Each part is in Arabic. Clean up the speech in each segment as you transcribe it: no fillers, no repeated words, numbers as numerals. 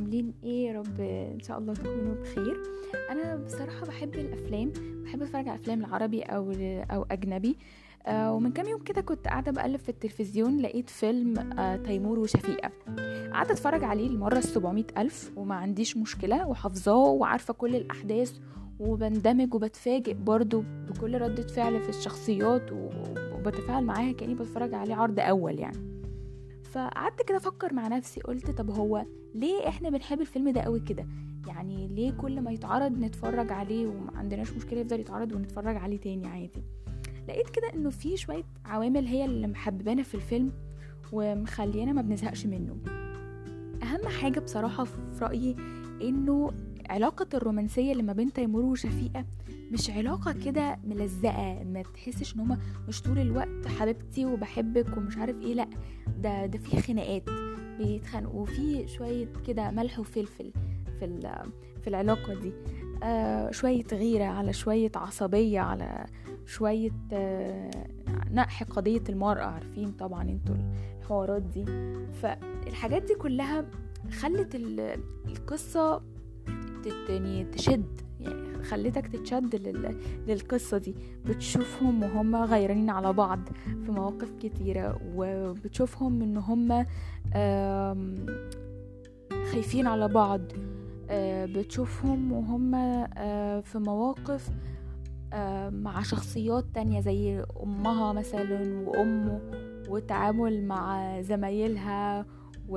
عاملين ايه؟ يا رب ان شاء الله تكونوا بخير. انا بصراحه بحب الافلام، بحب اتفرج على افلام العربي او اجنبي. ومن كام يوم كده كنت قاعده بقلب في التلفزيون، لقيت فيلم تيمور وشفيقه. قاعده اتفرج عليه المره 700,000 وما عنديش مشكله، وحافظاه وعارفه كل الاحداث، وبندمج وبتفاجئ برضو بكل ردة فعل في الشخصيات وبتفاعل معاها كأني بتفرج عليه عرض أول يعني. فقعدت كده افكر مع نفسي، قلت طب هو ليه احنا بنحب الفيلم ده قوي كده؟ يعني ليه كل ما يتعرض نتفرج عليه وما عندناش مشكله يفضل يتعرض ونتفرج عليه تاني عادي؟ لقيت كده انه في شويه عوامل هي اللي محببانا في الفيلم ومخلينا ما بنزهقش منه. اهم حاجه بصراحه في رايي انه علاقه الرومانسيه اللي ما بين تيمور وشفيقه مش علاقه كده ملزقه، ما تحسش ان هما مش طول الوقت حبيبتي وبحبك ومش عارف ايه. لا، ده في خناقات، بيتخانقوا، وفي شويه كده ملح وفلفل في العلاقه دي. شويه غيره على شويه عصبيه على شويه نقح قضيه المراه، عارفين طبعا انتوا الحوارات دي. فالحاجات دي كلها خلت القصه تشد، يعني خلتك تتشد للقصة دي. بتشوفهم وهم غيرانين على بعض في مواقف كتيرة، وبتشوفهم ان هم خايفين على بعض. بتشوفهم وهم في مواقف مع شخصيات تانية زي أمها مثلا وأمه، والتعامل مع زمايلها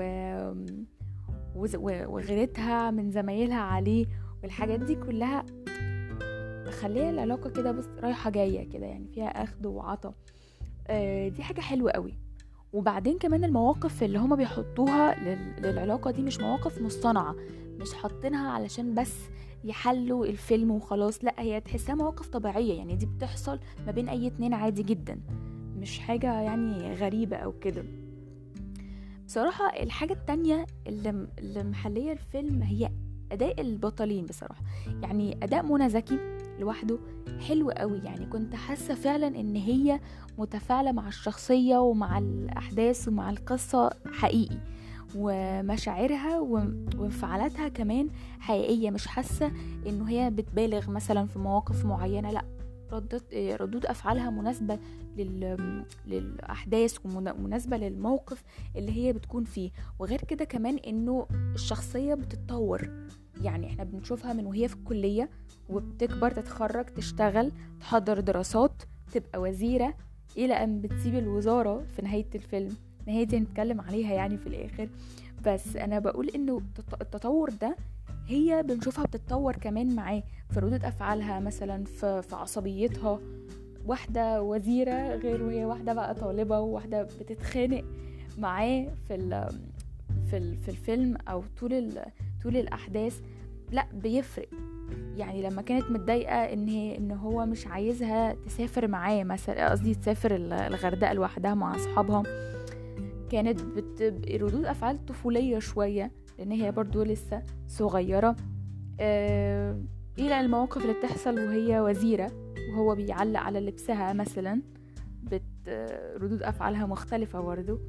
وغيرتها من زمايلها عليه. والحاجات دي كلها مخليه العلاقة كده بس رايحة جاية كده، يعني فيها أخذ وعطا. دي حاجة حلوة قوي. وبعدين كمان المواقف اللي هما بيحطوها للعلاقة دي مش مواقف مصطنعة، مش حاطينها علشان بس يحلوا الفيلم وخلاص. لا، هي تحسها مواقف طبيعية، يعني دي بتحصل ما بين أي اتنين عادي جدا، مش حاجة يعني غريبة أو كده. بصراحة الحاجة التانية اللي محلية الفيلم هي أداء البطلين. بصراحة يعني أداء منى زكي لوحده حلو قوي، يعني كنت حاسة فعلا إن هي متفاعلة مع الشخصية ومع الأحداث ومع القصة حقيقي، ومشاعرها وانفعالاتها كمان حقيقية، مش حاسة إنه هي بتبالغ مثلا في مواقف معينة. لأ، ردود أفعالها مناسبة للأحداث ومناسبة للموقف اللي هي بتكون فيه. وغير كده كمان إنه الشخصية بتتطور، يعني إحنا بنشوفها من وهي في الكلية وبتكبر، تتخرج، تشتغل، تحضر دراسات، تبقى وزيرة، إلى أن بتسيب الوزارة في نهاية الفيلم. نهاية دي نتكلم عليها يعني في الآخر. بس أنا بقول إنه التطور ده هي بنشوفها بتتطور كمان معاه في ردود أفعالها، مثلا في عصبيتها. واحدة وزيرة غير وهي واحدة بقى طالبة، وواحدة بتتخانق معاه في الفيلم أو طول الأحداث. لا، بيفرق. يعني لما كانت متضايقة إن هو مش عايزها تسافر معاه، مثلا قصدي تسافر الغردقة لوحدها مع أصحابها، كانت ردود أفعال طفولية شوية، لأن هي برضو لسه صغيرة. إلى المواقف اللي بتحصل وهي وزيرة وهو بيعلق على لبسها مثلا، ردود أفعالها مختلفة برضو.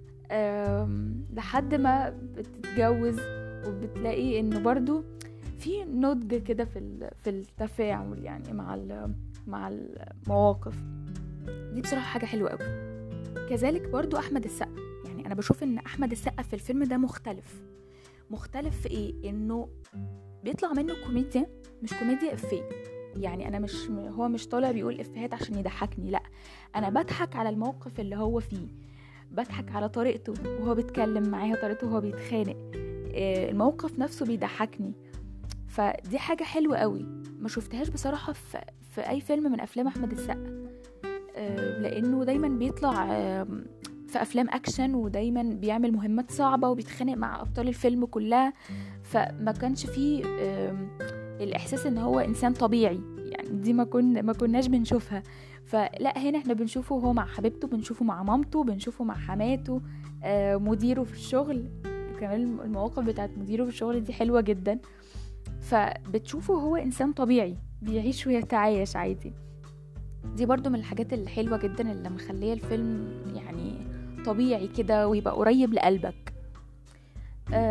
لحد ما بتتجوز وبتلاقي إنه برضو في نضج كده في التفاعل، يعني مع المواقف دي. بصراحة حاجة حلوة قوي. كذلك برضو أحمد السقا، يعني أنا بشوف إن أحمد السقا في الفيلم ده مختلف في إيه؟ إنه بيطلع منه كوميديا، مش كوميديا إفيه. يعني أنا هو مش طالع بيقول إفيهات عشان يضحكني، لأ، أنا بضحك على الموقف اللي هو فيه، بضحك على طريقته وهو بيتكلم معاها، طريقته وهو بيتخانق، الموقف نفسه بيضحكني. فدي حاجة حلوة قوي، ما شفتهاش بصراحة في أي فيلم من أفلام أحمد السقا. لأنه دايما بيطلع في أفلام أكشن، ودايما بيعمل مهمات صعبة وبيتخانق مع أبطال الفيلم كلها، فما كانش فيه الإحساس إن هو إنسان طبيعي. يعني دي ما كناش بنشوفها. فلا، هنا احنا بنشوفه هو مع حبيبته، بنشوفه مع مامته، بنشوفه مع حماته، مديره في الشغل. كمان المواقف بتاعت مديره في الشغل دي حلوة جدا. فبتشوفه هو إنسان طبيعي بيعيش ويتعايش عادي. دي برضو من الحاجات الحلوة جدا اللي مخليه الفيلم يعني طبيعي كده ويبقى قريب لقلبك.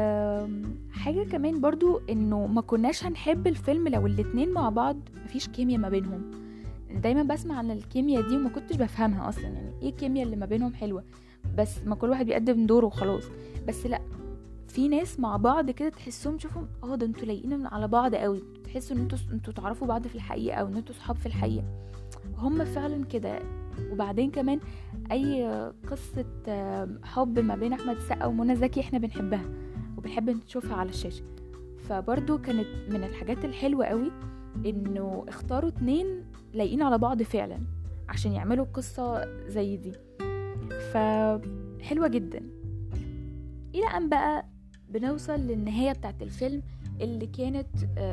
حاجة كمان برضو انه ما كناش هنحب الفيلم لو الاتنين مع بعض مفيش كيمياء ما بينهم. دايما بسمع عن الكيمياء دي وما كنتش بفهمها اصلا، يعني ايه الكيمياء اللي ما بينهم حلوة بس ما كل واحد بيقدم دوره وخلاص. بس لا، في ناس مع بعض كده تحسهم تشوفهم ده انتوا لايقين على بعض قوي، تحسوا ان انتوا تعرفوا بعض في الحقيقة او ان انتوا صحاب في الحقيقة. هم فعلا كده. وبعدين كمان اي قصة حب ما بين احمد السقا ومنى زكي احنا بنحبها وبنحب نشوفها على الشاشة. فبرضو كانت من الحاجات الحلوة قوي انه اختاروا اتنين لايقين على بعض فعلا عشان يعملوا قصة زي دي، فحلوة جدا. الى ان بقى بنوصل للنهاية بتاعت الفيلم اللي كانت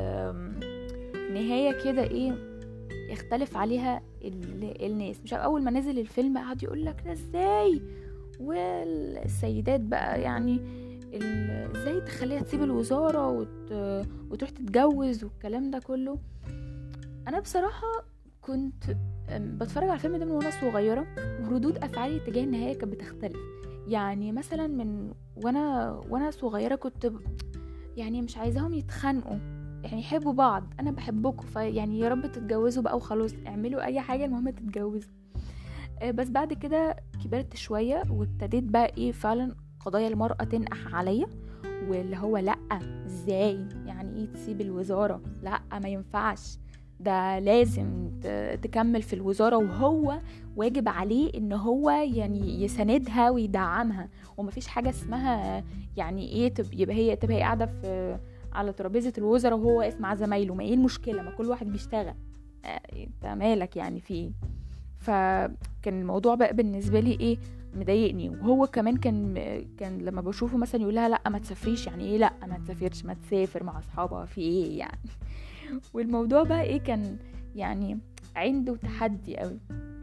نهاية كده يختلف عليها الناس. مش اول ما نزل الفيلم قعد يقول لك ده ازاي، والسيدات بقى يعني ازاي تخليها تسيب الوزارة وتروح تتجوز والكلام ده كله. انا بصراحة كنت بتفرج على الفيلم ده من وانا صغيرة، وردود افعالي تجاه النهاية كانت بتختلف. يعني مثلا من وانا صغيرة كنت يعني مش عايزاهم يتخانقوا، يعني يحبوا بعض، انا بحبكم فيعني يا رب تتجوزوا بقى وخلاص، اعملوا اي حاجة المهم تتجوزوا. بس بعد كده كبرت شوية وابتديت بقى فعلا قضايا المرأة تنقح عليا، واللي هو لأ ازاي يعني تسيب الوزارة، لأ ما ينفعش، ده لازم تكمل في الوزارة، وهو واجب عليه ان هو يعني يساندها ويدعمها، ومفيش حاجة اسمها يعني يبقى هي قاعدة على ترابيزة الوزراء وهو واقف مع زمايله. ما ايه المشكلة، ما كل واحد بيشتغل، انت مالك يعني في ايه؟ فكان الموضوع بقى بالنسبة لي مضايقني. وهو كمان كان لما بشوفه مثلا يقول لها لا ما تسافريش، يعني ايه لا ما تسافرش، ما تسافر مع اصحابها في ايه يعني. والموضوع بقى كان يعني عنده تحدي قوي.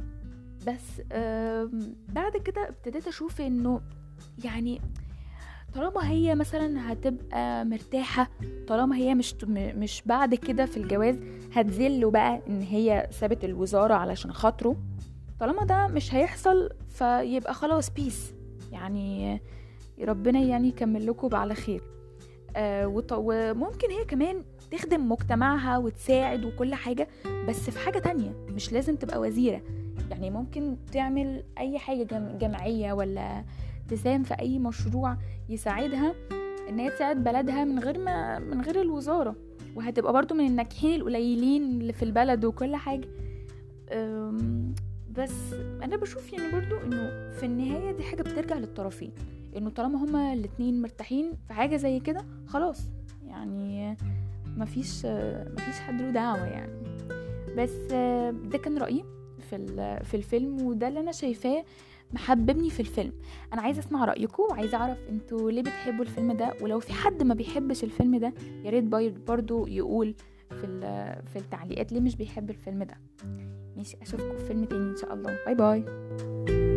بس بعد كده ابتديت اشوف انه يعني طالما هي مثلا هتبقى مرتاحة، طالما هي مش بعد كده في الجواز هتذله بقى ان هي سابت الوزارة علشان خاطره، طالما ده مش هيحصل فيبقى خلاص بيس، يعني ربنا يعني يكمل لكم على خير. وممكن هي كمان تخدم مجتمعها وتساعد وكل حاجة، بس في حاجة تانية، مش لازم تبقى وزيرة. يعني ممكن تعمل اي حاجة جمعية ولا تساهم في اي مشروع يساعدها ان هي تساعد بلدها من غير الوزارة، وهتبقى برضو من الناجحين القليلين اللي في البلد وكل حاجة. بس انا بشوف يعني برضو انه في النهاية دي حاجة بترجع للطرفين، انه طالما هما الاتنين مرتاحين في حاجة زي كده خلاص، يعني مفيش حد له دعوة يعني. بس ده كان رأيي في الفيلم، وده اللي انا شايفاه محببني في الفيلم. انا عايزه اسمع رايكم، وعايزه اعرف انتوا ليه بتحبوا الفيلم ده، ولو في حد ما بيحبش الفيلم ده يا ريت برضو يقول في التعليقات ليه مش بيحب الفيلم ده. ماشي، اشوفكم في فيلم تاني ان شاء الله. باي باي.